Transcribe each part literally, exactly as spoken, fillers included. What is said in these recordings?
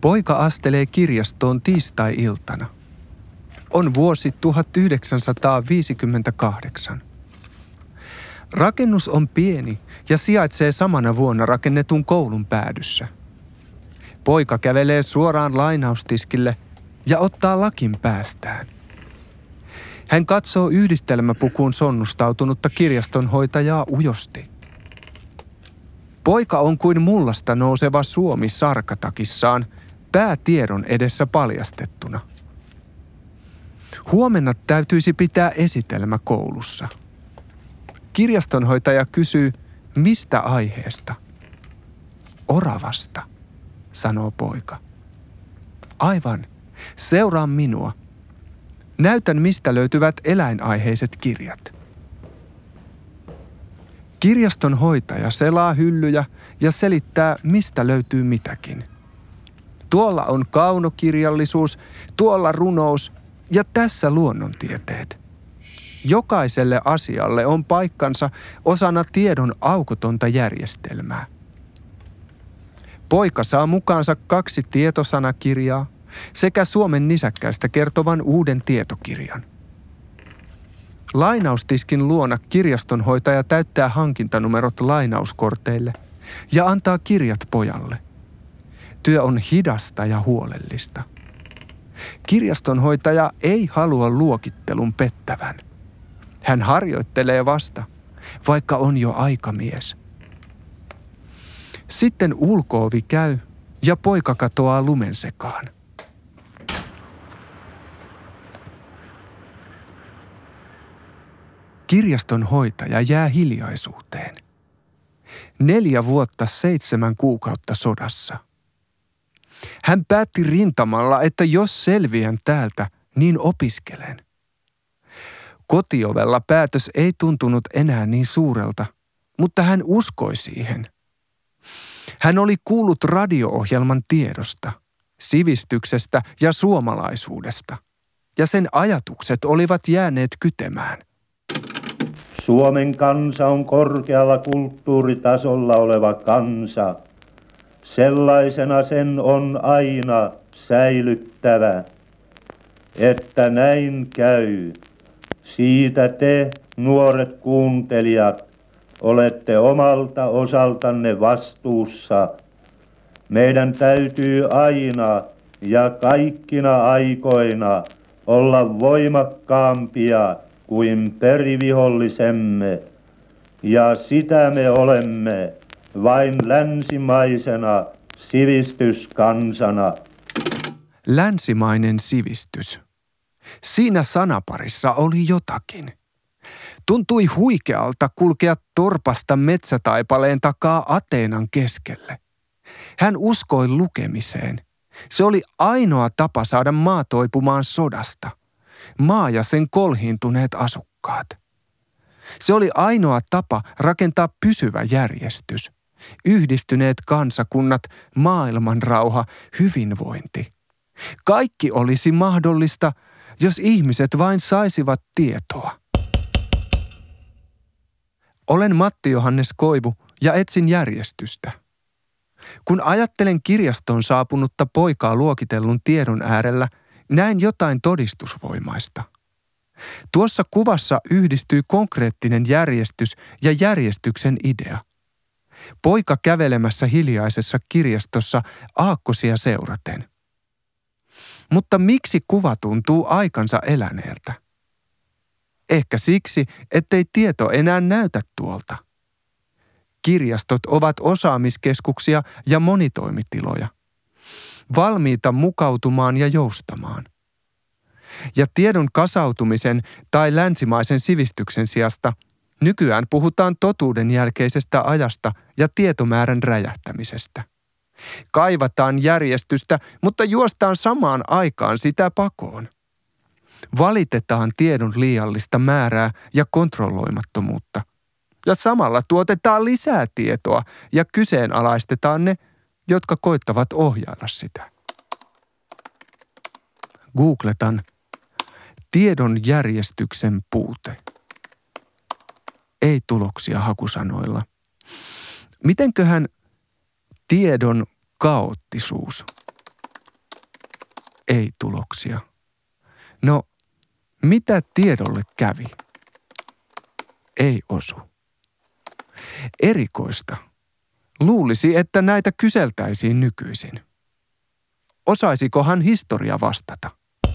Poika astelee kirjastoon tiistai-iltana. On vuosi tuhatyhdeksänsataaviisikymmentäkahdeksan. Rakennus on pieni ja sijaitsee samana vuonna rakennetun koulun päädyssä. Poika kävelee suoraan lainaustiskille ja ottaa lakin päästään. Hän katsoo yhdistelmäpukuun sonnustautunutta kirjastonhoitajaa ujosti. Poika on kuin mullasta nouseva Suomi sarkatakissaan, pää tiedon edessä paljastettuna. Huomenna täytyisi pitää esitelmä koulussa. Kirjastonhoitaja kysyy, mistä aiheesta? Oravasta, sanoo poika. Aivan, seuraa minua. Näytän, mistä löytyvät eläinaiheiset kirjat. Kirjastonhoitaja selaa hyllyjä ja selittää, mistä löytyy mitäkin. Tuolla on kaunokirjallisuus, tuolla runous ja tässä luonnontieteet. Jokaiselle asialle on paikkansa osana tiedon aukotonta järjestelmää. Poika saa mukaansa kaksi tietosanakirjaa sekä Suomen nisäkkäistä kertovan uuden tietokirjan. Lainaustiskin luona kirjastonhoitaja täyttää hankintanumerot lainauskorteille ja antaa kirjat pojalle. Työ on hidasta ja huolellista. Kirjastonhoitaja ei halua luokittelun pettävän. Hän harjoittelee vasta, vaikka on jo aikamies. Sitten ulko-ovi käy ja poika katoaa lumen sekaan. Kirjastonhoitaja jää hiljaisuuteen. Neljä vuotta seitsemän kuukautta sodassa. Hän päätti rintamalla, että jos selviän täältä, niin opiskelen. Kotiovella päätös ei tuntunut enää niin suurelta, mutta hän uskoi siihen. Hän oli kuullut radio-ohjelman tiedosta, sivistyksestä ja suomalaisuudesta, ja sen ajatukset olivat jääneet kytemään. Suomen kansa on korkealla kulttuuritasolla oleva kansa. Sellaisena sen on aina säilyttävä, että näin käy. Siitä te, nuoret kuuntelijat, olette omalta osaltanne vastuussa. Meidän täytyy aina ja kaikkina aikoina olla voimakkaampia kuin perivihollisemme, ja sitä me olemme vain länsimaisena sivistyskansana. Länsimainen sivistys. Siinä sanaparissa oli jotakin. Tuntui huikealta kulkea torpasta metsätaipaleen takaa Ateenan keskelle. Hän uskoi lukemiseen. Se oli ainoa tapa saada maa toipumaan sodasta. Maa ja sen kolhiintuneet asukkaat. Se oli ainoa tapa rakentaa pysyvä järjestys. Yhdistyneet kansakunnat, maailmanrauha, hyvinvointi. Kaikki olisi mahdollista, jos ihmiset vain saisivat tietoa. Olen Matti Johannes Koivu ja etsin järjestystä. Kun ajattelen kirjastoon saapunutta poikaa luokitellun tiedon äärellä, näen jotain todistusvoimaista. Tuossa kuvassa yhdistyy konkreettinen järjestys ja järjestyksen idea. Poika kävelemässä hiljaisessa kirjastossa aakkosia seuraten. Mutta miksi kuva tuntuu aikansa eläneeltä? Ehkä siksi, ettei tieto enää näytä tuolta. Kirjastot ovat osaamiskeskuksia ja monitoimitiloja. Valmiita mukautumaan ja joustamaan. Ja tiedon kasautumisen tai länsimaisen sivistyksen sijasta nykyään puhutaan totuuden jälkeisestä ajasta ja tietomäärän räjähtämisestä. Kaivataan järjestystä, mutta juostaan samaan aikaan sitä pakoon. Valitetaan tiedon liiallista määrää ja kontrolloimattomuutta. Ja samalla tuotetaan lisää tietoa ja kyseenalaistetaan ne, jotka koittavat ohjailla sitä. Googletan tiedon järjestyksen puute. Ei tuloksia hakusanoilla. Mitenköhän tiedon kaoottisuus? Ei tuloksia. No, mitä tiedolle kävi? Ei osu. Erikoista. Luulisi, että näitä kyseltäisiin nykyisin. Osaisikohan historia vastata?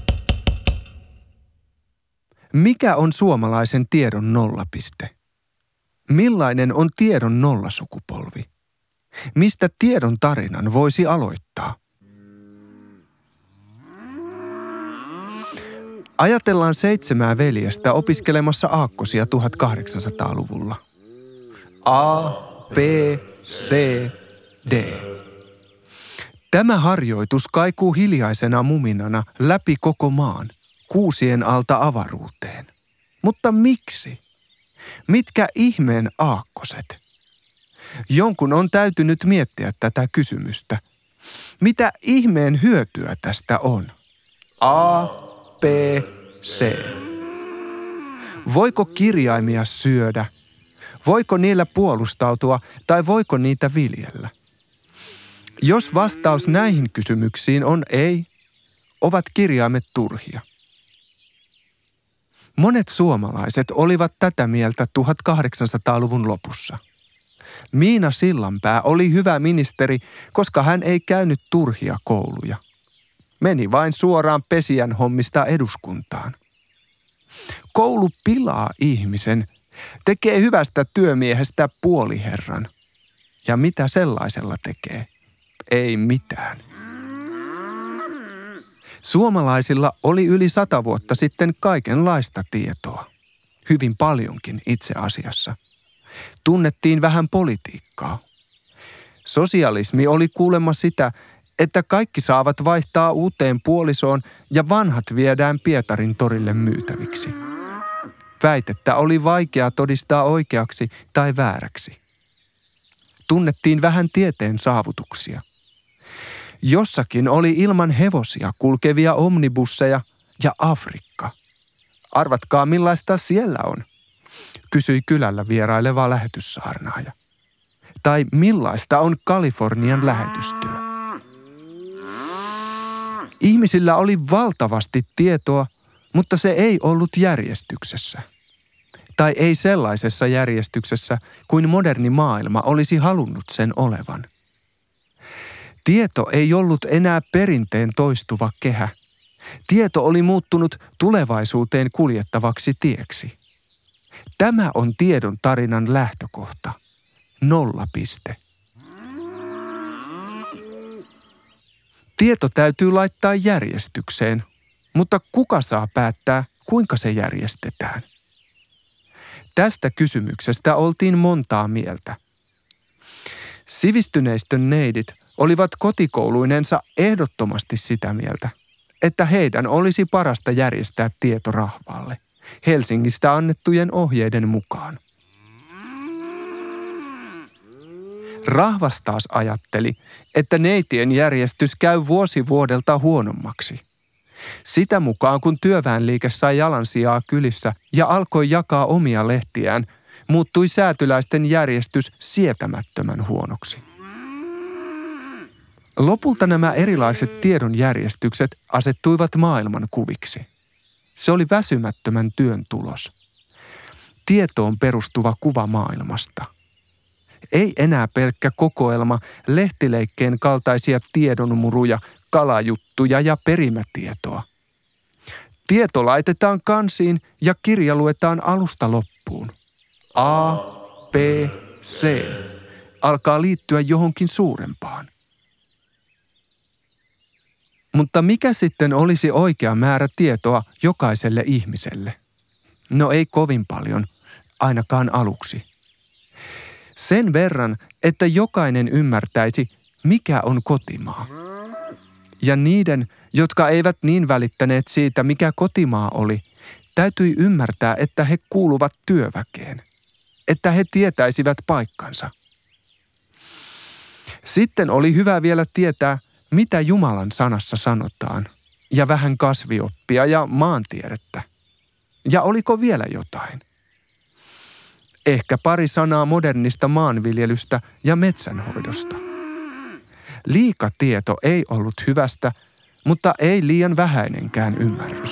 Mikä on suomalaisen tiedon nollapiste? Millainen on tiedon nollasukupolvi? Mistä tiedon tarinan voisi aloittaa? Ajatellaan seitsemää veljestä opiskelemassa aakkosia tuhatkahdeksansataaluvulla. A, B, C, D. Tämä harjoitus kaikuu hiljaisena muminana läpi koko maan, kuusien alta avaruuteen. Mutta miksi? Mitkä ihmeen aakkoset? Jonkun on täytynyt miettiä tätä kysymystä. Mitä ihmeen hyötyä tästä on? A, B, C. Voiko kirjaimia syödä? Voiko niillä puolustautua tai voiko niitä viljellä? Jos vastaus näihin kysymyksiin on ei, ovat kirjaimet turhia. Monet suomalaiset olivat tätä mieltä tuhatkahdeksansataaluvun lopussa. Miina Sillanpää oli hyvä ministeri, koska hän ei käynyt turhia kouluja. Meni vain suoraan pesijän hommista eduskuntaan. Koulu pilaa ihmisen, tekee hyvästä työmiehestä puoliherran. Ja mitä sellaisella tekee? Ei mitään. Suomalaisilla oli yli sata vuotta sitten kaikenlaista tietoa. Hyvin paljonkin itse asiassa. Tunnettiin vähän politiikkaa. Sosialismi oli kuulemma sitä, että kaikki saavat vaihtaa uuteen puolisoon ja vanhat viedään Pietarin torille myytäviksi. Väitettä oli vaikea todistaa oikeaksi tai vääräksi. Tunnettiin vähän tieteen saavutuksia. Jossakin oli ilman hevosia kulkevia omnibusseja ja Afrikka. Arvatkaa millaista siellä on, kysyi kylällä vieraileva lähetyssaarnaaja. Tai millaista on Kalifornian lähetystyö. Ihmisillä oli valtavasti tietoa, mutta se ei ollut järjestyksessä. Tai ei sellaisessa järjestyksessä kuin moderni maailma olisi halunnut sen olevan. Tieto ei ollut enää perinteen toistuva kehä. Tieto oli muuttunut tulevaisuuteen kuljettavaksi tieksi. Tämä on tiedon tarinan lähtökohta. Nollapiste. Tieto täytyy laittaa järjestykseen, mutta kuka saa päättää, kuinka se järjestetään? Tästä kysymyksestä oltiin montaa mieltä. Sivistyneistön neidit olivat kotikouluinensa ehdottomasti sitä mieltä, että heidän olisi parasta järjestää tieto rahvaalle, Helsingistä annettujen ohjeiden mukaan. Rahvas taas ajatteli, että neitien järjestys käy vuosi vuodelta huonommaksi. Sitä mukaan kun työväenliike sai jalansijaa kylissä ja alkoi jakaa omia lehtiään, muuttui säätyläisten järjestys sietämättömän huonoksi. Lopulta nämä erilaiset tiedonjärjestykset asettuivat maailman kuviksi. Se oli väsymättömän työn tulos. Tietoon perustuva kuva maailmasta. Ei enää pelkkä kokoelma lehtileikkeen kaltaisia tiedonmuruja, kalajuttuja ja perimätietoa. Tieto laitetaan kansiin ja kirja luetaan alusta loppuun. A, B, C alkaa liittyä johonkin suurempaan. Mutta mikä sitten olisi oikea määrä tietoa jokaiselle ihmiselle? No ei kovin paljon, ainakaan aluksi. Sen verran, että jokainen ymmärtäisi, mikä on kotimaa. Ja niiden, jotka eivät niin välittäneet siitä, mikä kotimaa oli, täytyi ymmärtää, että he kuuluvat työväkeen. Että he tietäisivät paikkansa. Sitten oli hyvä vielä tietää, mitä Jumalan sanassa sanotaan, ja vähän kasvioppia ja maantiedettä. Ja oliko vielä jotain? Ehkä pari sanaa modernista maanviljelystä ja metsänhoidosta. Liikatieto ei ollut hyvästä, mutta ei liian vähäinenkään ymmärrys.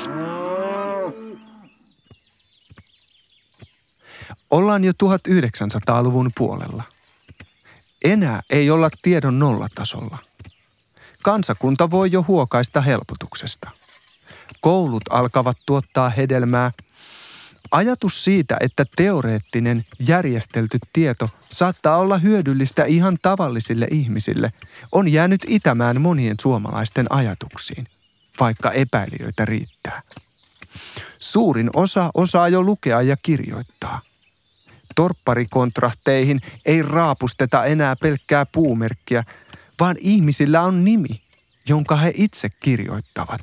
Ollaan jo tuhatyhdeksänsataaluvun puolella. Enää ei olla tiedon nollatasolla. Kansakunta voi jo huokaista helpotuksesta. Koulut alkavat tuottaa hedelmää. Ajatus siitä, että teoreettinen, järjestelty tieto saattaa olla hyödyllistä ihan tavallisille ihmisille, on jäänyt itämään monien suomalaisten ajatuksiin, vaikka epäilijöitä riittää. Suurin osa osaa jo lukea ja kirjoittaa. Torpparikontrahteihin ei raapusteta enää pelkkää puumerkkiä, vaan ihmisillä on nimi, jonka he itse kirjoittavat.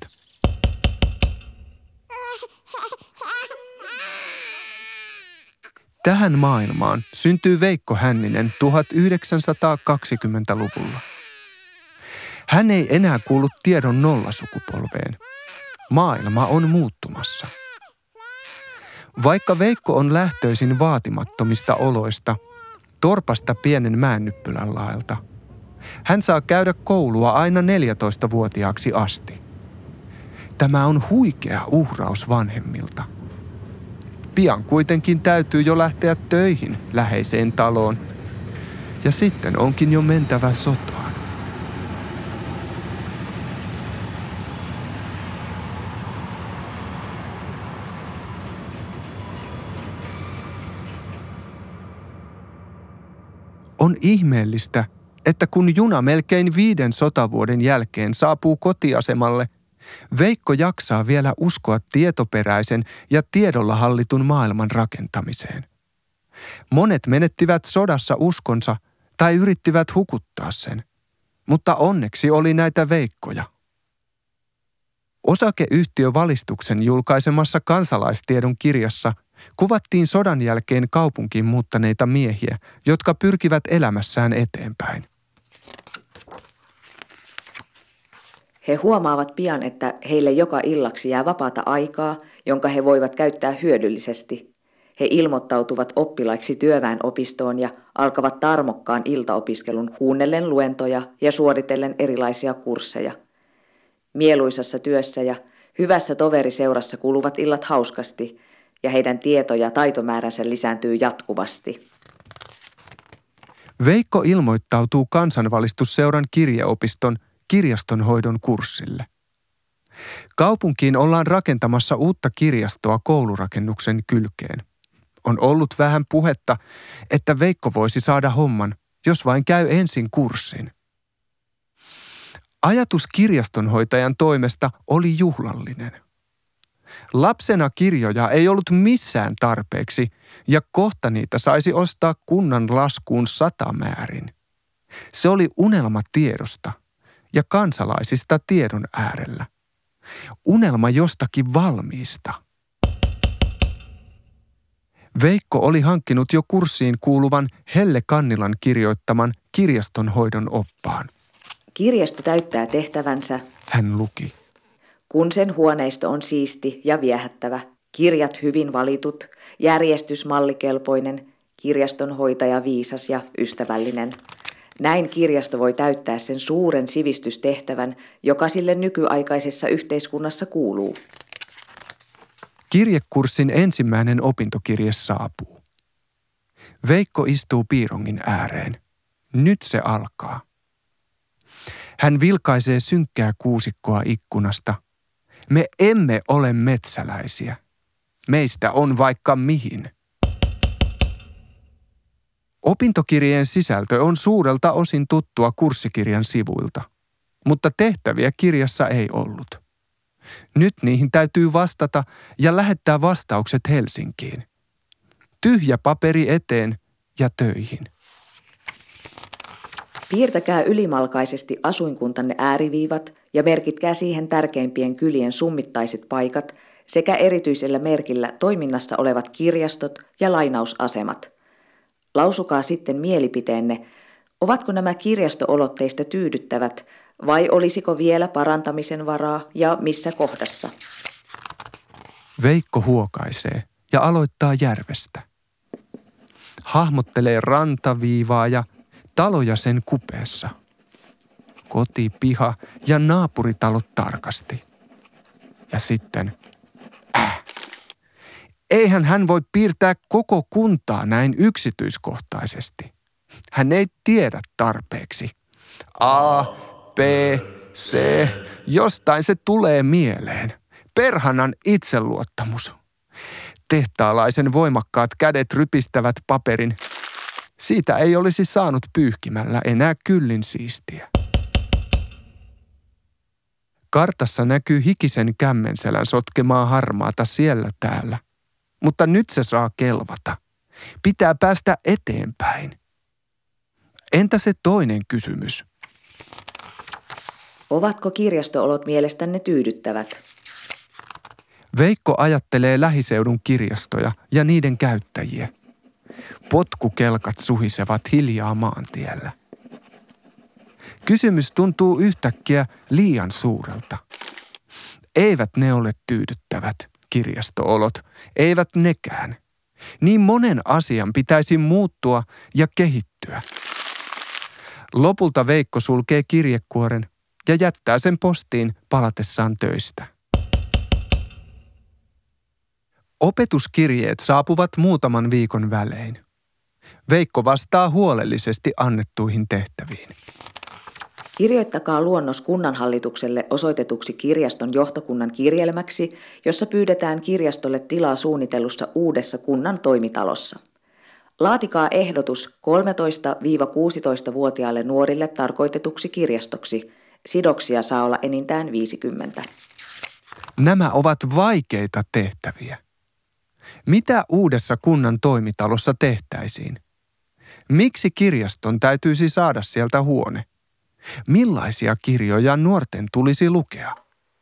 Tähän maailmaan syntyy Veikko Hänninen tuhatyhdeksänsataakaksikymmentäluvulla. Hän ei enää kuulu tiedon nollasukupolveen. Maailma on muuttumassa. Vaikka Veikko on lähtöisin vaatimattomista oloista, torpasta pienen mäennyppylän laelta, hän saa käydä koulua aina neljätoistavuotiaaksi asti. Tämä on huikea uhraus vanhemmilta. Pian kuitenkin täytyy jo lähteä töihin läheiseen taloon, ja sitten onkin jo mentävä sotaan. On ihmeellistä, että kun juna melkein viiden sotavuoden jälkeen saapuu kotiasemalle, Veikko jaksaa vielä uskoa tietoperäisen ja tiedolla hallitun maailman rakentamiseen. Monet menettivät sodassa uskonsa tai yrittivät hukuttaa sen, mutta onneksi oli näitä Veikkoja. Osakeyhtiövalistuksen julkaisemassa kansalaistiedon kirjassa kuvattiin sodan jälkeen kaupunkiin muuttaneita miehiä, jotka pyrkivät elämässään eteenpäin. He huomaavat pian, että heille joka illaksi jää vapaata aikaa, jonka he voivat käyttää hyödyllisesti. He ilmoittautuvat oppilaiksi työväenopistoon ja alkavat tarmokkaan iltaopiskelun kuunnellen luentoja ja suoritellen erilaisia kursseja. Mieluisassa työssä ja hyvässä toveriseurassa kuluvat illat hauskasti ja heidän tieto- ja taitomääränsä lisääntyy jatkuvasti. Veikko ilmoittautuu kansanvalistusseuran kirjeopiston kirjastonhoidon kurssille. Kaupunkiin ollaan rakentamassa uutta kirjastoa koulurakennuksen kylkeen. On ollut vähän puhetta, että Veikko voisi saada homman, jos vain käy ensin kurssin. Ajatus kirjastonhoitajan toimesta oli juhlallinen. Lapsena kirjoja ei ollut missään tarpeeksi ja kohta niitä saisi ostaa kunnan laskuun satamäärin. Se oli unelma tiedosta ja kansalaisista tiedon äärellä. Unelma jostakin valmiista. Veikko oli hankkinut jo kurssiin kuuluvan Helle Kannilan kirjoittaman kirjastonhoidon oppaan. Kirjasto täyttää tehtävänsä, hän luki. Kun sen huoneisto on siisti ja viehättävä, kirjat hyvin valitut, järjestys mallikelpoinen, kirjastonhoitaja viisas ja ystävällinen. Näin kirjasto voi täyttää sen suuren sivistystehtävän, joka sille nykyaikaisessa yhteiskunnassa kuuluu. Kirjekurssin ensimmäinen opintokirje saapuu. Veikko istuu piirongin ääreen. Nyt se alkaa. Hän vilkaisee synkkää kuusikkoa ikkunasta. Me emme ole metsäläisiä. Meistä on vaikka mihin. Opintokirjeen sisältö on suurelta osin tuttua kurssikirjan sivuilta, mutta tehtäviä kirjassa ei ollut. Nyt niihin täytyy vastata ja lähettää vastaukset Helsinkiin. Tyhjä paperi eteen ja töihin. Piirtäkää ylimalkaisesti asuinkuntanne ääriviivat ja merkitkää siihen tärkeimpien kylien summittaiset paikat sekä erityisellä merkillä toiminnassa olevat kirjastot ja lainausasemat. Lausukaa sitten mielipiteenne, ovatko nämä kirjasto-olot teistä tyydyttävät vai olisiko vielä parantamisen varaa ja missä kohdassa? Veikko huokaisee ja aloittaa järvestä. Hahmottelee rantaviivaa ja taloja sen kupeessa. koti, piha ja naapuritalot tarkasti. Ja sitten, äh, eihän hän voi piirtää koko kuntaa näin yksityiskohtaisesti. Hän ei tiedä tarpeeksi. A, B, C, jostain se tulee mieleen. Perhanan itseluottamus. Tehtaalaisen voimakkaat kädet rypistävät paperin. Siitä ei olisi saanut pyyhkimällä enää kyllin siistiä. Kartassa näkyy hikisen kämmenselän sotkemaa harmaata siellä täällä. Mutta nyt se saa kelvata. Pitää päästä eteenpäin. Entä se toinen kysymys? Ovatko kirjasto-olot mielestänne tyydyttävät? Veikko ajattelee lähiseudun kirjastoja ja niiden käyttäjiä. Potkukelkat suhisevat hiljaa maantiellä. Kysymys tuntuu yhtäkkiä liian suurelta. Eivät ne ole tyydyttävät, kirjasto-olot, eivät nekään. Niin monen asian pitäisi muuttua ja kehittyä. Lopulta Veikko sulkee kirjekuoren ja jättää sen postiin palatessaan töistä. Opetuskirjeet saapuvat muutaman viikon välein. Veikko vastaa huolellisesti annettuihin tehtäviin. Kirjoittakaa luonnos kunnanhallitukselle osoitetuksi kirjaston johtokunnan kirjelmäksi, jossa pyydetään kirjastolle tilaa suunnitellussa uudessa kunnan toimitalossa. Laatikaa ehdotus kolmetoista–kuusitoista-vuotiaille nuorille tarkoitetuksi kirjastoksi. Sidoksia saa olla enintään viisikymmentä. Nämä ovat vaikeita tehtäviä. Mitä uudessa kunnan toimitalossa tehtäisiin? Miksi kirjaston täytyisi saada sieltä huone? Millaisia kirjoja nuorten tulisi lukea?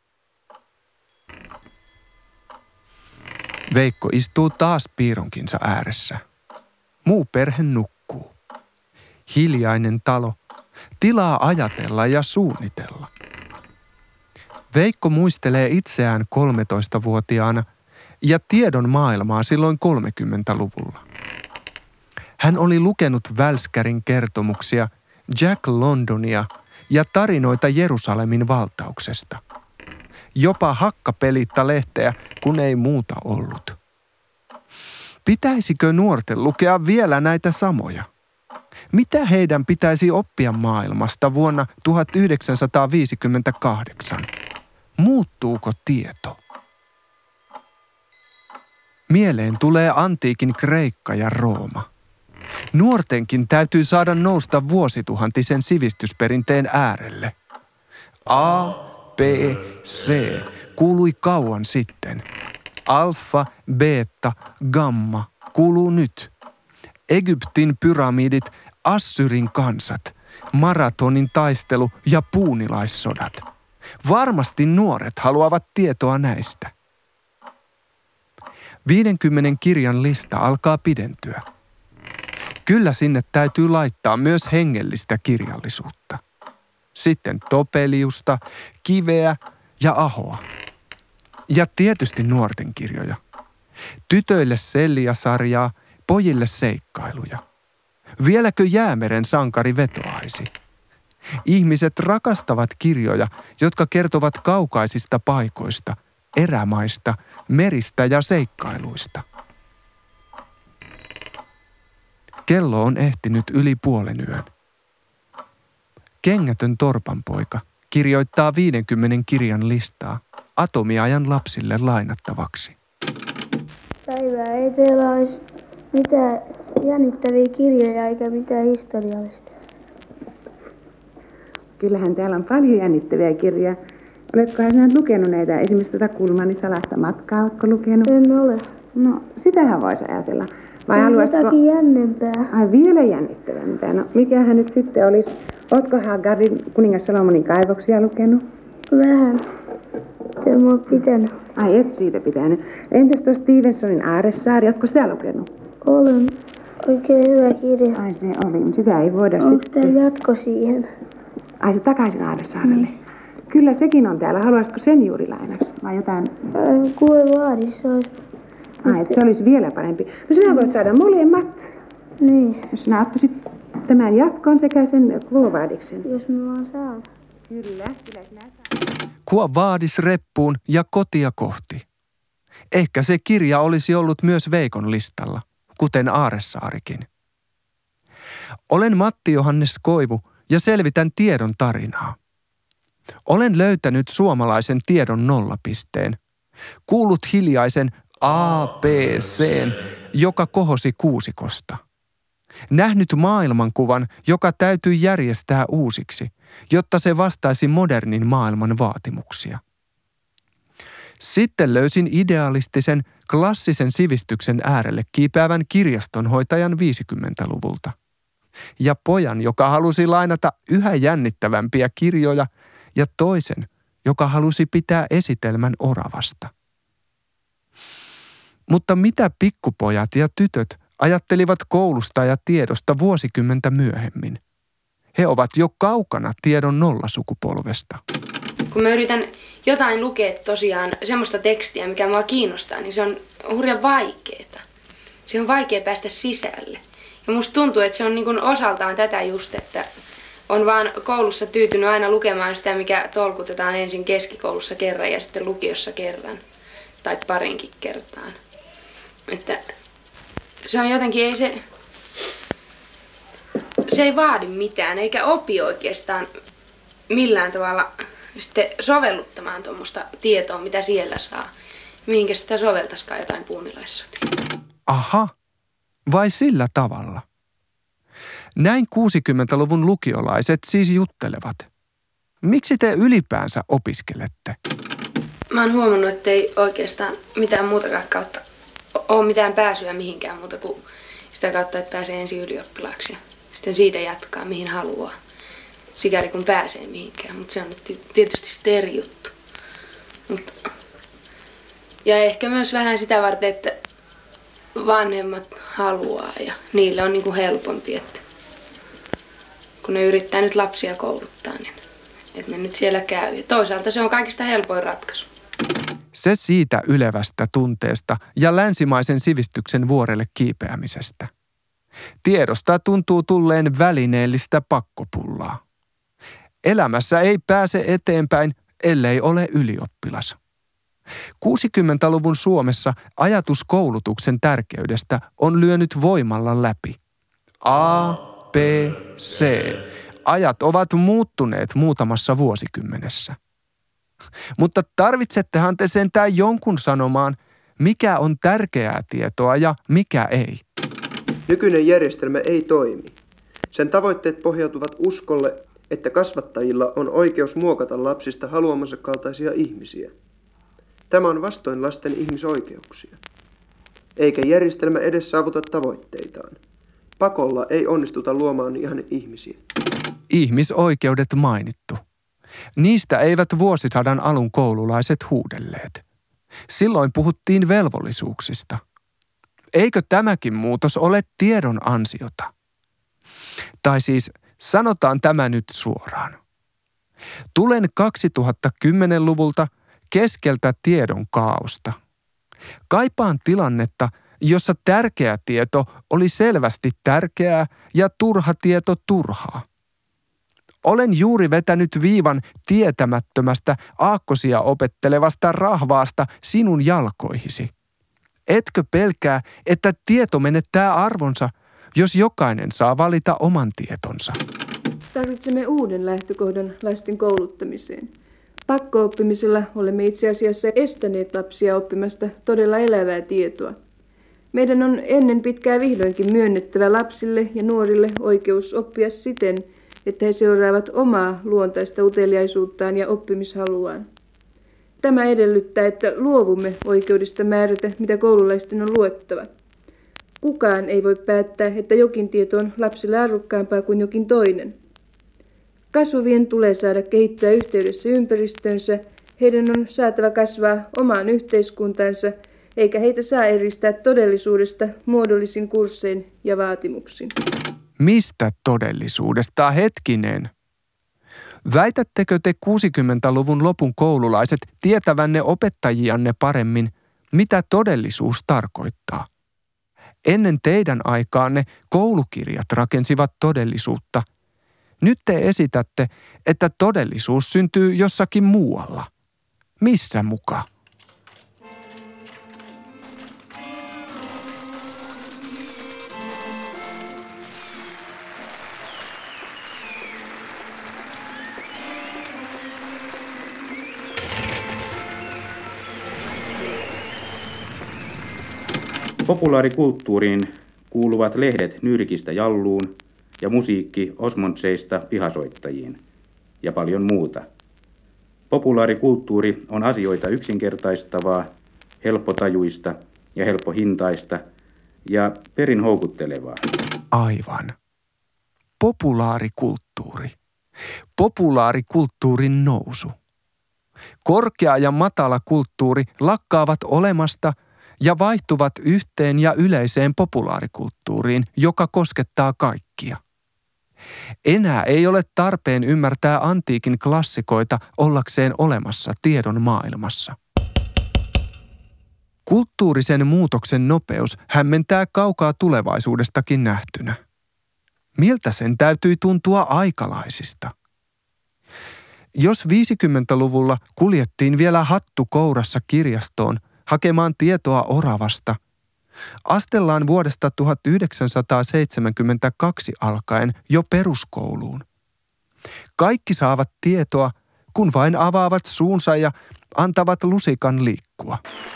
Veikko istuu taas piironkinsa ääressä. Muu perhe nukkuu. Hiljainen talo, tilaa ajatella ja suunnitella. Veikko muistelee itseään kolmetoistavuotiaana ja tiedon maailmaa silloin kolmekymmentäluvulla. Hän oli lukenut Välskärin kertomuksia, Jack Londonia ja tarinoita Jerusalemin valtauksesta. Jopa Hakkapelitta-lehteä, kun ei muuta ollut. Pitäisikö nuorten lukea vielä näitä samoja? Mitä heidän pitäisi oppia maailmasta vuonna tuhatyhdeksänsataaviisikymmentäkahdeksan? Muuttuuko tieto? Mieleen tulee antiikin Kreikka ja Rooma. Nuortenkin täytyy saada nousta vuosituhantisen sivistysperinteen äärelle. A, B, C kuului kauan sitten. Alfa, beta, gamma kuuluu nyt. Egyptin pyramidit, Assyrin kansat, maratonin taistelu ja puunilaissodat. Varmasti nuoret haluavat tietoa näistä. viidenkymmenen kirjan lista alkaa pidentyä. Kyllä sinne täytyy laittaa myös hengellistä kirjallisuutta. Sitten Topeliusta, Kiveä ja Ahoa. Ja tietysti nuorten kirjoja. Tytöille Selja-sarjaa, pojille seikkailuja. Vieläkö Jäämeren sankari vetoaisi? Ihmiset rakastavat kirjoja, jotka kertovat kaukaisista paikoista, erämaista, meristä ja seikkailuista. Kello on ehtinyt yli puolen yön. Kengätön torpanpoika kirjoittaa viidenkymmenen kirjan listaa atomiajan lapsille lainattavaksi. Päivää ei teillä olisi mitään jännittäviä kirjoja eikä mitään historiallista. Kyllähän täällä on paljon jännittäviä kirjoja. Oletkohan sinä lukenut näitä, esimerkiksi tätä Kulmanin salaista matkaa, oletko lukenut? En ole. No, sitähän voisi ajatella. Vai on haluaisitko... jotakin jännempää. Ai, vielä jännittävämpää. No, mikähän nyt sitten olisi? Ootko Hagarin kuningas Salomonin kaivoksia lukenut? Vähän. En ole pitänyt. Ai, et siitä pitänyt. Entäs tuo Stevensonin Aarresaari, ootko sitä lukenut? Olen. Oikein hyvä kirja. Ai, se oli. Sitä ei voida Onko sitten... tämä jatko siihen? Ai, se takaisin Aarresaarelle? Mm. Kyllä sekin on täällä. Haluaisitko sen juuri lainaksi? Vai jotain? Äh, kuule vaadi, se olisi... Ai, se olisi vielä parempi. No sinä voit saada molemmat. Niin. Jos sinä ottaisit tämän jatkon sekä sen Quo Vadiksen. Jos mä vaan saan. Kyllä, kyllä sinä Kuo vaadis reppuun ja kotia kohti. Ehkä se kirja olisi ollut myös Veikon listalla, kuten Aaresaarikin. Olen Matti Johannes Koivu ja selvitän tiedon tarinaa. Olen löytänyt suomalaisen tiedon nollapisteen. Kuullut hiljaisen A B C:n, joka kohosi kuusikosta. Nähnyt maailmankuvan, joka täytyy järjestää uusiksi, jotta se vastaisi modernin maailman vaatimuksia. Sitten löysin idealistisen, klassisen sivistyksen äärelle kiipeävän kirjastonhoitajan viisikymmentäluvulta. Ja pojan, joka halusi lainata yhä jännittävämpiä kirjoja, ja toisen, joka halusi pitää esitelmän oravasta. Mutta mitä pikkupojat ja tytöt ajattelivat koulusta ja tiedosta vuosikymmentä myöhemmin? He ovat jo kaukana tiedon nollasukupolvesta. Kun mä yritän jotain lukea tosiaan semmoista tekstiä, mikä mua kiinnostaa, niin se on hurjan vaikeeta. Se on vaikea päästä sisälle. Ja musta tuntuu, että se on niin kuin osaltaan tätä just, että on vaan koulussa tyytynyt aina lukemaan sitä, mikä tolkutetaan ensin keskikoulussa kerran ja sitten lukiossa kerran. Tai parinkin kertaan. Että se on jotenkin, ei se, se ei vaadi mitään, eikä opi oikeastaan millään tavalla sitten sovelluttamaan tuommoista tietoa, mitä siellä saa. Mihinkä sitä soveltaisikaan jotain puunilaissotia. Aha, vai sillä tavalla? Näin kuusikymmentäluvun lukiolaiset siis juttelevat. Miksi te ylipäänsä opiskelette? Mä oon huomannut, ettei oikeastaan mitään muutakaan kautta ole mitään pääsyä mihinkään muuta kuin sitä kautta, että pääsee ensin ylioppilaaksi ja sitten siitä jatkaa mihin haluaa. Sikäli kun pääsee mihinkään, mutta se on tietysti sitten eri juttu. Mut, ja ehkä myös vähän sitä varten, että vanhemmat haluaa ja niille on niinku helpompi, että kun ne yrittää nyt lapsia kouluttaa, niin että ne nyt siellä käy. Ja toisaalta se on kaikista helpoin ratkaisu. Se siitä ylevästä tunteesta ja länsimaisen sivistyksen vuorelle kiipeämisestä. Tiedosta tuntuu tulleen välineellistä pakkopullaa. Elämässä ei pääse eteenpäin, ellei ole ylioppilas. kuusikymmentäluvun Suomessa ajatus koulutuksen tärkeydestä on lyönyt voimalla läpi. A, B, C. Ajat ovat muuttuneet muutamassa vuosikymmenessä. Mutta tarvitsettehan te sentään jonkun sanomaan, mikä on tärkeää tietoa ja mikä ei. Nykyinen järjestelmä ei toimi. Sen tavoitteet pohjautuvat uskolle, että kasvattajilla on oikeus muokata lapsista haluamansa kaltaisia ihmisiä. Tämä on vastoin lasten ihmisoikeuksia. Eikä järjestelmä edes saavuta tavoitteitaan. Pakolla ei onnistuta luomaan ihan ihmisiä. Ihmisoikeudet mainittu. Niistä eivät vuosisadan alun koululaiset huudelleet. Silloin puhuttiin velvollisuuksista. Eikö tämäkin muutos ole tiedon ansiota? Tai siis sanotaan tämä nyt suoraan. Tulen kaksituhattakymmenluvulta keskeltä tiedon kaaosta. Kaipaan tilannetta, jossa tärkeä tieto oli selvästi tärkeää ja turha tieto turhaa. Olen juuri vetänyt viivan tietämättömästä aakkosia opettelevasta rahvaasta sinun jalkoihisi. Etkö pelkää, että tieto menettää arvonsa, jos jokainen saa valita oman tietonsa? Tarvitsemme uuden lähtökohdan lasten kouluttamiseen. Pakko-oppimisella olemme itse asiassa estäneet lapsia oppimasta todella elävää tietoa. Meidän on ennen pitkää vihdoinkin myönnettävä lapsille ja nuorille oikeus oppia siten, että he seuraavat omaa luontaista uteliaisuuttaan ja oppimishaluaan. Tämä edellyttää, että luovumme oikeudesta määrätä, mitä koululaisten on luettava. Kukaan ei voi päättää, että jokin tieto on lapsille arvokkaampaa kuin jokin toinen. Kasvavien tulee saada kehittyä yhteydessä ympäristönsä, heidän on saatava kasvaa omaan yhteiskuntansa, eikä heitä saa eristää todellisuudesta muodollisin kurssein ja vaatimuksin. Mistä todellisuudesta, hetkinen? Väitättekö te kuusikymmentäluvun lopun koululaiset tietävänne opettajianne paremmin, mitä todellisuus tarkoittaa? Ennen teidän aikaanne koulukirjat rakensivat todellisuutta, Nyt te esitätte, että todellisuus syntyy jossakin muualla. Missä muka? Populaarikulttuuriin kuuluvat lehdet Nyrkistä Jalluun ja musiikki Osmondseista pihasoittajiin ja paljon muuta. Populaarikulttuuri on asioita yksinkertaistavaa, helppotajuista ja helppohintaista ja perin houkuttelevaa. Aivan. Populaarikulttuuri. Populaarikulttuurin nousu. Korkea ja matala kulttuuri lakkaavat olemasta ja vaihtuvat yhteen ja yleiseen populaarikulttuuriin, joka koskettaa kaikkia. Enää ei ole tarpeen ymmärtää antiikin klassikoita ollakseen olemassa tiedon maailmassa. Kulttuurisen muutoksen nopeus hämmentää kaukaa tulevaisuudestakin nähtynä. Miltä sen täytyi tuntua aikalaisista? Jos viisikymmentäluvulla kuljettiin vielä hattu kourassa kirjastoon hakemaan tietoa oravasta, astellaan vuodesta tuhatyhdeksänsataaseitsemänkymmentäkaksi alkaen jo peruskouluun. Kaikki saavat tietoa, kun vain avaavat suunsa ja antavat lusikan liikkua.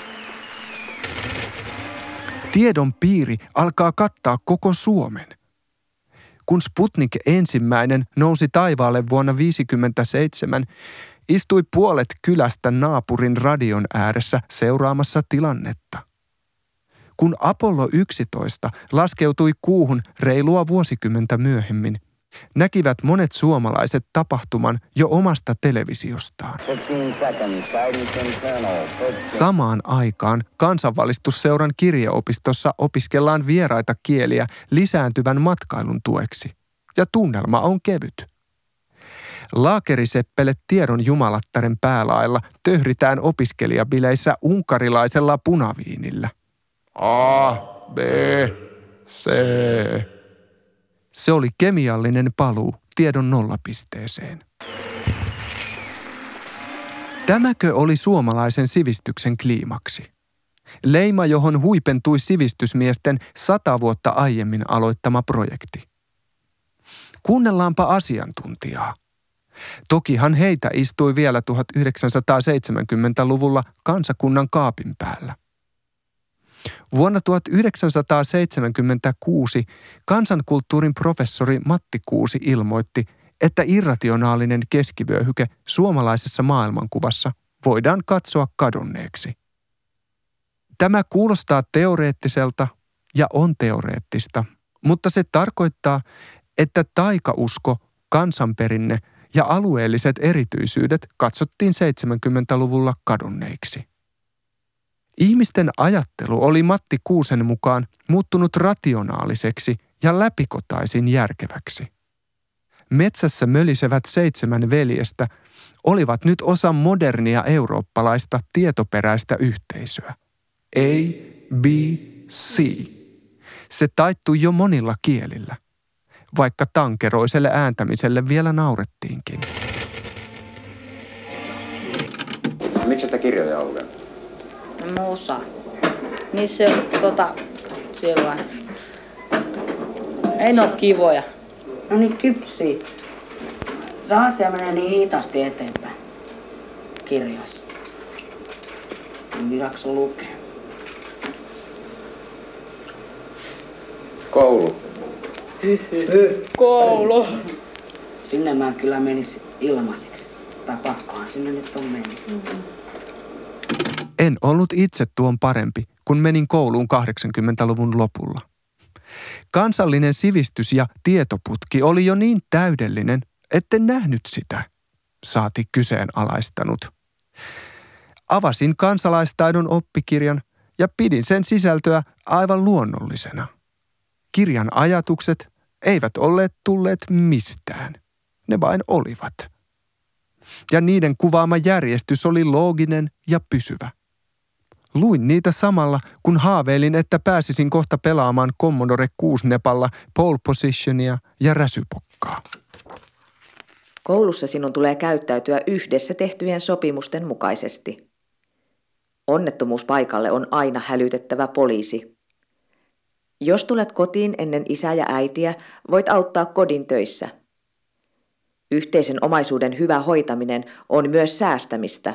Tiedon piiri alkaa kattaa koko Suomen. Kun Sputnik ensimmäinen nousi taivaalle vuonna viisikymmentäseitsemän, istui puolet kylästä naapurin radion ääressä seuraamassa tilannetta. Kun Apollo yksitoista laskeutui kuuhun reilua vuosikymmentä myöhemmin, näkivät monet suomalaiset tapahtuman jo omasta televisiostaan. Samaan aikaan Kansanvalistusseuran kirjeopistossa opiskellaan vieraita kieliä lisääntyvän matkailun tueksi, ja tunnelma on kevyt. Laakeriseppele tiedon jumalattaren päälailla töhritään opiskelijabileissä unkarilaisella punaviinillä. A, B, C. Se oli kemiallinen paluu tiedon nollapisteeseen. Tämäkö oli suomalaisen sivistyksen kliimaksi? Leima, johon huipentui sivistysmiesten sata vuotta aiemmin aloittama projekti. Kuunnellaanpa asiantuntijaa. Tokihan heitä istui vielä tuhatyhdeksänsataaseitsemänkymmentäluvulla kansakunnan kaapin päällä. Vuonna tuhatyhdeksänsataaseitsemänkymmentäkuusi kansankulttuurin professori Matti Kuusi ilmoitti, että irrationaalinen keskivyöhyke suomalaisessa maailmankuvassa voidaan katsoa kadonneeksi. Tämä kuulostaa teoreettiselta ja on teoreettista, mutta se tarkoittaa, että taikausko, kansanperinne ja alueelliset erityisyydet katsottiin seitsemänkymmentäluvulla kadonneiksi. Ihmisten ajattelu oli Matti Kuusen mukaan muuttunut rationaaliseksi ja läpikotaisin järkeväksi. Metsässä mölisevät seitsemän veljestä olivat nyt osa modernia eurooppalaista tietoperäistä yhteisöä. A, B, C. Se taittui jo monilla kielillä, vaikka tankeroiselle ääntämiselle vielä naurettiinkin. Miksi sitä kirjoja on lukenut? No osa. Niissä on tota, siellä ei ne ole kivoja. No niin kypsiä. Se asia menee niin hitaasti eteenpäin kirjoissa. En jaksa lukea. Koulu. Hyhy. Koulu. Sinne mä kyllä menis ilmaiseksi. Tai pakkohan sinne nyt on mennyt. Mm-hmm. En ollut itse tuon parempi, kun menin kouluun kahdeksankymmentäluvun lopulla. Kansallinen sivistys- ja tietoputki oli jo niin täydellinen, etten nähnyt sitä, saati kyseenalaistanut. Avasin kansalaistaidon oppikirjan ja pidin sen sisältöä aivan luonnollisena. Kirjan ajatukset eivät olleet tulleet mistään, ne vain olivat. Ja niiden kuvaama järjestys oli looginen ja pysyvä. Luin niitä samalla, kun haaveilin, että pääsisin kohta pelaamaan Commodore kuusinepalla pole positionia ja räsypokkaa. Koulussa sinun tulee käyttäytyä yhdessä tehtyjen sopimusten mukaisesti. Onnettomuuspaikalle on aina hälytettävä poliisi. Jos tulet kotiin ennen isää ja äitiä, voit auttaa kodin töissä. Yhteisen omaisuuden hyvä hoitaminen on myös säästämistä.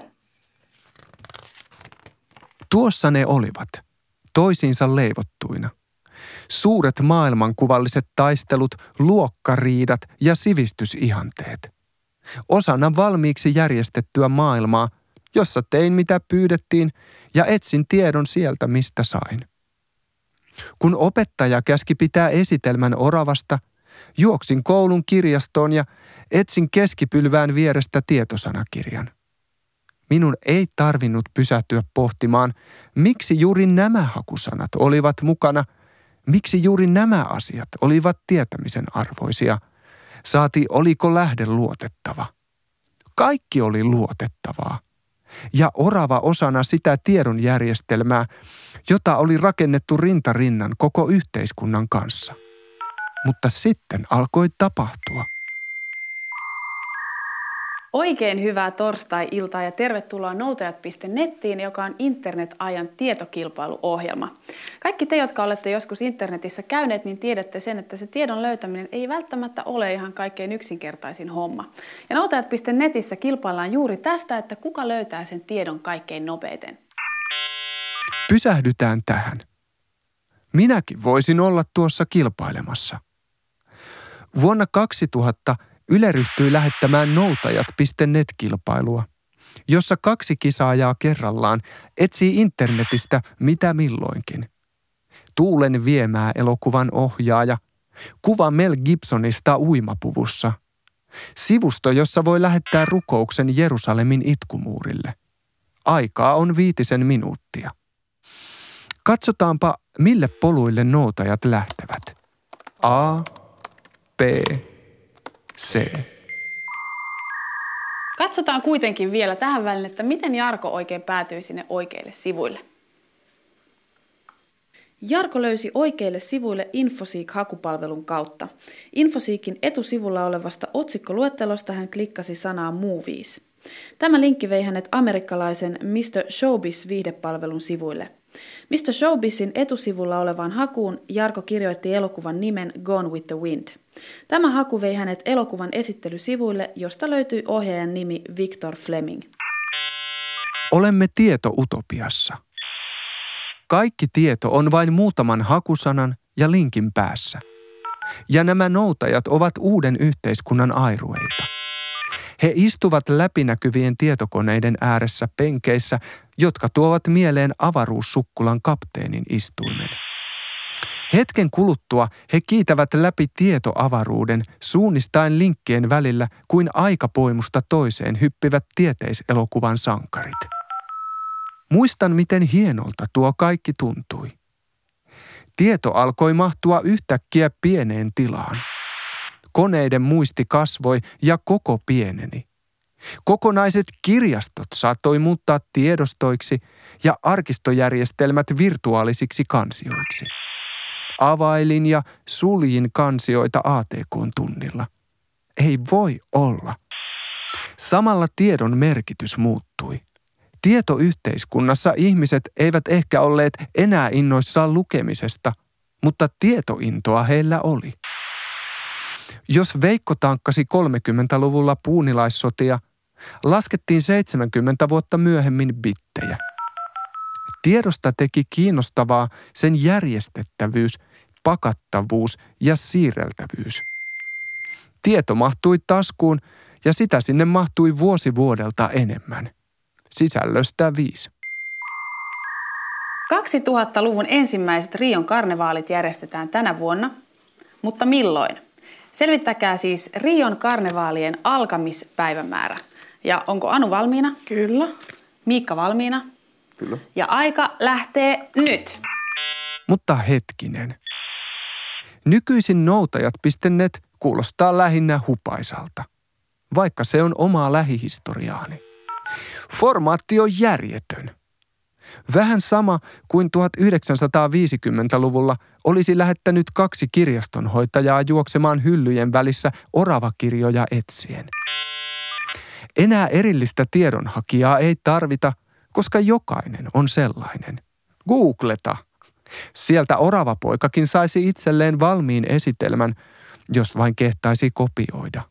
Tuossa ne olivat, toisiinsa leivottuina. Suuret maailmankuvalliset taistelut, luokkariidat ja sivistysihanteet. Osana valmiiksi järjestettyä maailmaa, jossa tein mitä pyydettiin ja etsin tiedon sieltä mistä sain. Kun opettaja käski pitää esitelmän oravasta, juoksin koulun kirjastoon ja etsin keskipylvään vierestä tietosanakirjan. Minun ei tarvinnut pysähtyä pohtimaan, miksi juuri nämä hakusanat olivat mukana, miksi juuri nämä asiat olivat tietämisen arvoisia, saati oliko lähde luotettava. Kaikki oli luotettavaa. Ja orava osana sitä tiedonjärjestelmää, jota oli rakennettu rintarinnan koko yhteiskunnan kanssa. Mutta sitten alkoi tapahtua. Oikein hyvää torstai-iltaa ja tervetuloa noutajat piste nettiin, joka on internet-ajan tietokilpailuohjelma. Kaikki te, jotka olette joskus internetissä käyneet, niin tiedätte sen, että se tiedon löytäminen ei välttämättä ole ihan kaikkein yksinkertaisin homma. Ja noutajat piste netissä kilpaillaan juuri tästä, että kuka löytää sen tiedon kaikkein nopeiten. Pysähdytään tähän. Minäkin voisin olla tuossa kilpailemassa. Vuonna kaksituhatta Yle ryhtyi lähettämään noutajat piste net-kilpailua, jossa kaksi kisaajaa kerrallaan etsii internetistä mitä milloinkin. Tuulen viemää elokuvan ohjaaja, kuva Mel Gibsonista uimapuvussa, sivusto, jossa voi lähettää rukouksen Jerusalemin itkumuurille. Aikaa on viitisen minuuttia. Katsotaanpa, mille poluille noutajat lähtevät. A, B, C. Katsotaan kuitenkin vielä tähän väliin, että miten Jarko oikein päätyi sinne oikeille sivuille. Jarko löysi oikeille sivuille Infoseek-hakupalvelun kautta. Infoseekin etusivulla olevasta otsikkoluettelosta hän klikkasi sanaa Movies. Tämä linkki vei hänet amerikkalaisen mister Showbiz-viihdepalvelun sivuille. mister Showbizin etusivulla olevaan hakuun Jarko kirjoitti elokuvan nimen Gone with the Wind. Tämä haku vei hänet elokuvan esittelysivuille, josta löytyi ohjaajan nimi Victor Fleming. Olemme tietoutopiassa. Kaikki tieto on vain muutaman hakusanan ja linkin päässä. Ja nämä noutajat ovat uuden yhteiskunnan airueita. He istuvat läpinäkyvien tietokoneiden ääressä penkeissä, jotka tuovat mieleen avaruussukkulan kapteenin istuimen. Hetken kuluttua he kiitävät läpi tietoavaruuden suunnistaen linkkien välillä kuin aikapoimusta toiseen hyppivät tieteiselokuvan sankarit. Muistan, miten hienolta tuo kaikki tuntui. Tieto alkoi mahtua yhtäkkiä pieneen tilaan. Koneiden muisti kasvoi ja koko pieneni. Kokonaiset kirjastot saattoi muuttaa tiedostoiksi ja arkistojärjestelmät virtuaalisiksi kansioiksi. Availin ja suljin kansioita A T K:n tunnilla. Ei voi olla. Samalla tiedon merkitys muuttui. Tietoyhteiskunnassa ihmiset eivät ehkä olleet enää innoissaan lukemisesta, mutta tietointoa heillä oli. Jos Veikko tankkasi kolmekymmentäluvulla puunilaissotia, laskettiin seitsemänkymmentä vuotta myöhemmin bittejä. Tiedosta teki kiinnostavaa sen järjestettävyys, pakattavuus ja siirreltävyys. Tieto mahtui taskuun ja sitä sinne mahtui vuosi vuodelta enemmän. Sisällöstä viisi. kaksituhattaluvun ensimmäiset Rion karnevaalit järjestetään tänä vuonna, mutta milloin? Selvittäkää siis Rion karnevaalien alkamispäivämäärä. Ja onko Anu valmiina? Kyllä. Miikka valmiina? Kyllä. Ja aika lähtee nyt. Mutta hetkinen. Nykyisin noutajat piste net kuulostaa lähinnä hupaisalta, vaikka se on omaa lähihistoriaani. Formaatti on järjetön. Vähän sama kuin tuhatyhdeksänsataaviisikymmentäluvulla olisi lähettänyt kaksi kirjastonhoitajaa juoksemaan hyllyjen välissä oravakirjoja etsien. Enää erillistä tiedonhakijaa ei tarvita, koska jokainen on sellainen. Googleta. Sieltä oravapoikakin saisi itselleen valmiin esitelmän, jos vain kehtaisi kopioida.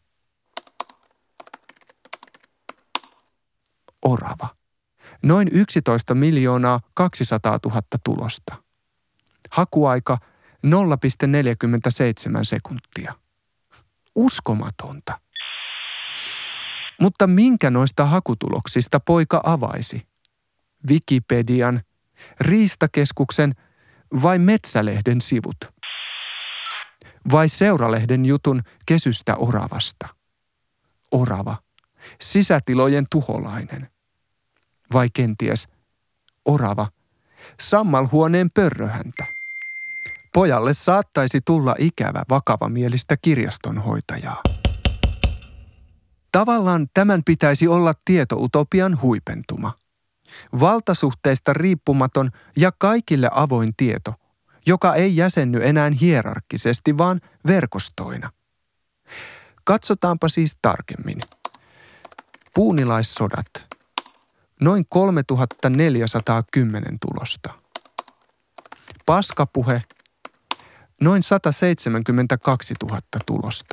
Orava. Noin yksitoista miljoonaa kaksisataatuhatta tulosta. Hakuaika nolla pilkku neljäkymmentäseitsemän sekuntia. Uskomatonta. Mutta minkä noista hakutuloksista poika avaisi? Wikipedian, Riistakeskuksen vai Metsälehden sivut? Vai Seuralehden jutun kesystä oravasta? Orava, sisätilojen tuholainen. Vai kenties orava, sammalhuoneen pörröhäntä? Pojalle saattaisi tulla ikävä vakavamielistä kirjastonhoitajaa. Tavallaan tämän pitäisi olla tietoutopian huipentuma. Valtasuhteista riippumaton ja kaikille avoin tieto, joka ei jäsenny enää hierarkkisesti, vaan verkostoina. Katsotaanpa siis tarkemmin. Puunilaissodat. Noin kolmetuhattaneljäsataakymmenen tulosta. Paskapuhe. Noin sata seitsemänkymmentäkaksituhatta tulosta.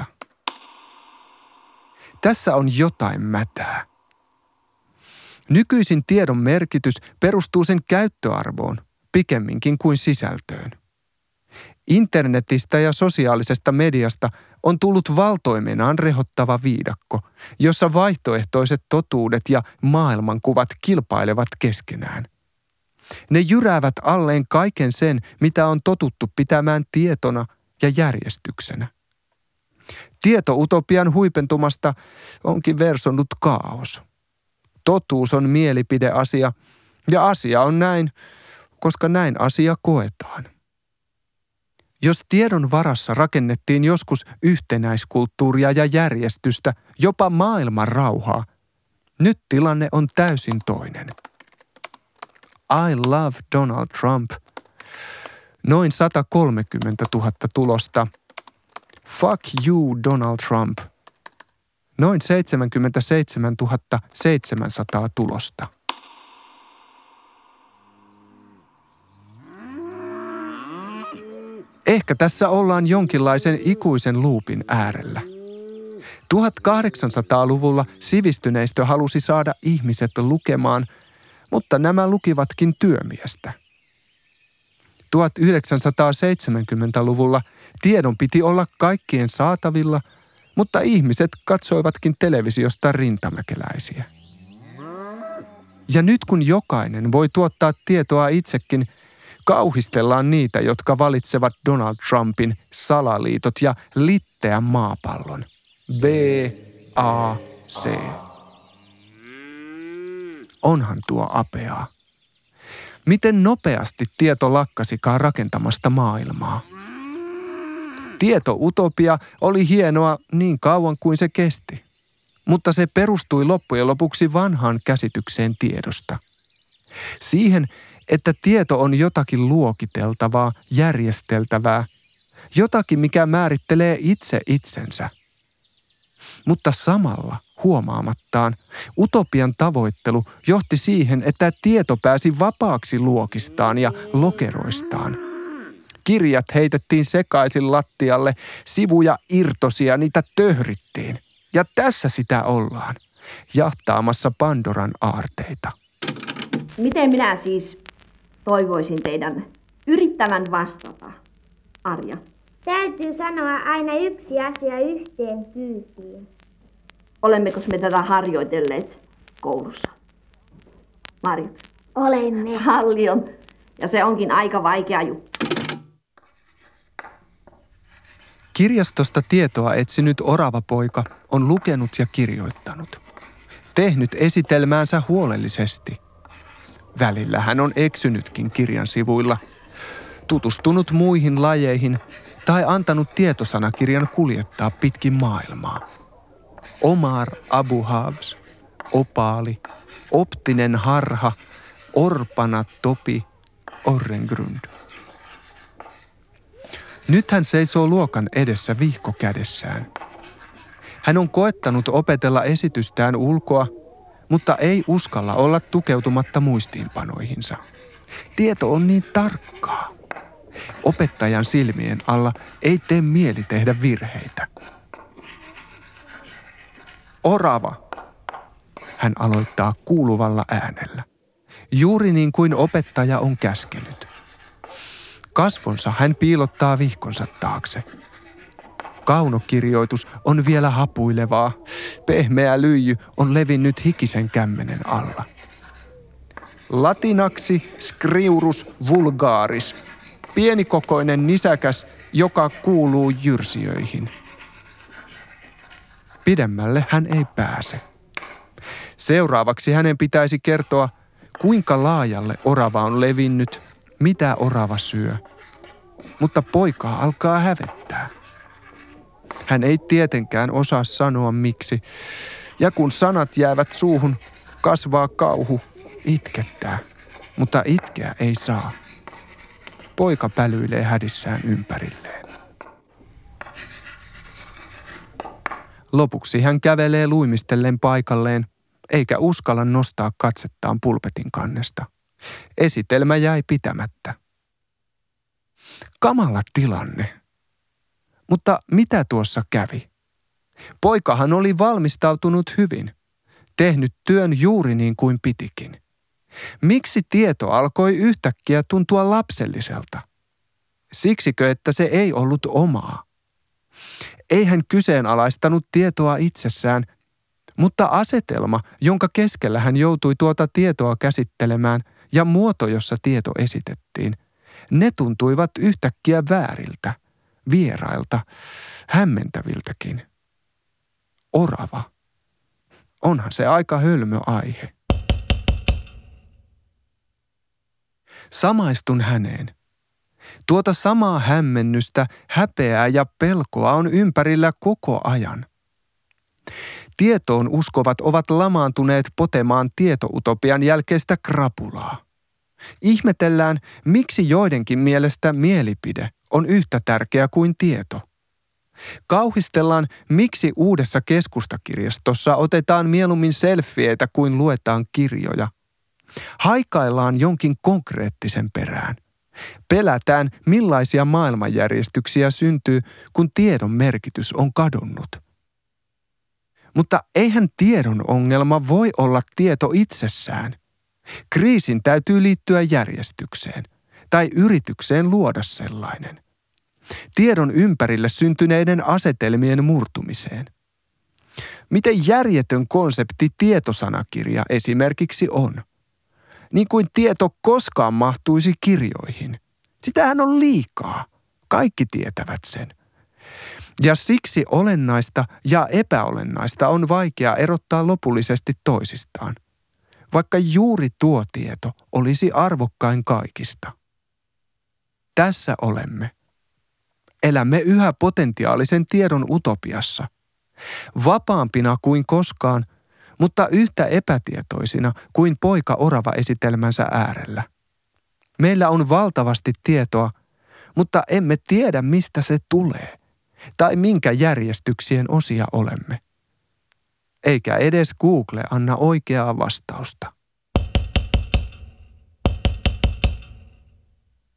Tässä on jotain mätää. Nykyisin tiedon merkitys perustuu sen käyttöarvoon pikemminkin kuin sisältöön. Internetistä ja sosiaalisesta mediasta on tullut valtoimenaan rehottava viidakko, jossa vaihtoehtoiset totuudet ja maailmankuvat kilpailevat keskenään. Ne jyräävät alleen kaiken sen, mitä on totuttu pitämään tietona ja järjestyksenä. Tietoutopian huipentumasta onkin versonnut kaos. Totuus on mielipideasia ja asia on näin, koska näin asia koetaan. Jos tiedon varassa rakennettiin joskus yhtenäiskulttuuria ja järjestystä, jopa maailman rauhaa, nyt tilanne on täysin toinen. I love Donald Trump. Noin sata kolmekymmentätuhatta tulosta. Fuck you Donald Trump. Noin seitsemänkymmentäseitsemäntuhatta seitsemänsataa tulosta. Ehkä tässä ollaan jonkinlaisen ikuisen luupin äärellä. tuhatkahdeksansataaluvulla sivistyneistö halusi saada ihmiset lukemaan, mutta nämä lukivatkin työmiestä. tuhatyhdeksänsataaseitsemänkymmentäluvulla tiedon piti olla kaikkien saatavilla, mutta ihmiset katsoivatkin televisiosta rintamäkeläisiä. Ja nyt kun jokainen voi tuottaa tietoa itsekin, kauhistellaan niitä, jotka valitsevat Donald Trumpin salaliitot ja litteän maapallon. B A C. Onhan tuo apeaa. Miten nopeasti tieto lakkasikaan rakentamasta maailmaa? Tieto-utopia oli hienoa niin kauan kuin se kesti, mutta se perustui loppujen lopuksi vanhaan käsitykseen tiedosta. Siihen, että tieto on jotakin luokiteltavaa, järjesteltävää, jotakin mikä määrittelee itse itsensä. Mutta samalla huomaamattaan utopian tavoittelu johti siihen, että tieto pääsi vapaaksi luokistaan ja lokeroistaan. Kirjat heitettiin sekaisin lattialle, sivuja irtosia, niitä töhrittiin. Ja tässä sitä ollaan, jahtaamassa Pandoran aarteita. Miten minä siis toivoisin teidän yrittävän vastata, Arja? Täytyy sanoa aina yksi asia yhteen kyytiin. Olemmeko me tätä harjoitelleet koulussa? Marjut? Olemme. Paljon. Ja se onkin aika vaikea juttu. Kirjastosta tietoa etsinyt oravapoika on lukenut ja kirjoittanut. Tehnyt esitelmäänsä huolellisesti. Välillä hän on eksynytkin kirjan sivuilla, tutustunut muihin lajeihin tai antanut tietosanakirjan kuljettaa pitkin maailmaa. Omar Abu Hafs, opaali, optinen harha, orpana topi, orrengrund. Nyt hän seisoo luokan edessä vihko kädessään. Hän on koettanut opetella esitystään ulkoa, mutta ei uskalla olla tukeutumatta muistiinpanoihinsa. Tieto on niin tarkkaa. Opettajan silmien alla ei tee mieli tehdä virheitä. Orava, hän aloittaa kuuluvalla äänellä, juuri niin kuin opettaja on käskenyt. Kasvonsa hän piilottaa vihkonsa taakse. Kaunokirjoitus on vielä hapuilevaa. Pehmeä lyijy on levinnyt hikisen kämmenen alla. Latinaksi scriurus vulgaris. Pienikokoinen nisäkäs, joka kuuluu jyrsijöihin. Pidemmälle hän ei pääse. Seuraavaksi hänen pitäisi kertoa, kuinka laajalle orava on levinnyt, mitä orava syö. Mutta poikaa alkaa hävettää. Hän ei tietenkään osaa sanoa miksi, ja kun sanat jäävät suuhun, kasvaa kauhu, itkettää, mutta itkeä ei saa. Poika pälyilee hädissään ympärilleen. Lopuksi hän kävelee luimistellen paikalleen, eikä uskalla nostaa katsettaan pulpetin kannesta. Esitelmä jäi pitämättä. Kamala tilanne. Mutta mitä tuossa kävi? Poikahan oli valmistautunut hyvin, tehnyt työn juuri niin kuin pitikin. Miksi tieto alkoi yhtäkkiä tuntua lapselliselta? Siksikö, että se ei ollut omaa? Ei hän kyseenalaistanut tietoa itsessään, mutta asetelma, jonka keskellä hän joutui tuota tietoa käsittelemään ja muoto, jossa tieto esitettiin, ne tuntuivat yhtäkkiä vääriltä, vierailta, hämmentäviltäkin. Orava. Onhan se aika hölmö aihe. Samaistun häneen. Tuota samaa hämmennystä, häpeää ja pelkoa on ympärillä koko ajan. Tietoon uskovat ovat lamaantuneet potemaan tietoutopian jälkeistä krapulaa. Ihmetellään, miksi joidenkin mielestä mielipide on yhtä tärkeä kuin tieto. Kauhistellaan, miksi uudessa keskustakirjastossa otetaan mieluummin selfieitä kuin luetaan kirjoja. Haikaillaan jonkin konkreettisen perään. Pelätään, millaisia maailmanjärjestyksiä syntyy, kun tiedon merkitys on kadonnut. Mutta eihän tiedon ongelma voi olla tieto itsessään. Kriisin täytyy liittyä järjestykseen tai yritykseen luoda sellainen. Tiedon ympärille syntyneiden asetelmien murtumiseen. Miten järjetön konsepti tietosanakirja esimerkiksi on? Niin kuin tieto koskaan mahtuisi kirjoihin. Sitähän on liikaa. Kaikki tietävät sen. Ja siksi olennaista ja epäolennaista on vaikea erottaa lopullisesti toisistaan, vaikka juuri tuo tieto olisi arvokkain kaikista. Tässä olemme. Elämme yhä potentiaalisen tiedon utopiassa, vapaampina kuin koskaan, mutta yhtä epätietoisina kuin poika orava esitelmänsä äärellä. Meillä on valtavasti tietoa, mutta emme tiedä, mistä se tulee tai minkä järjestyksien osia olemme. Eikä edes Google anna oikeaa vastausta.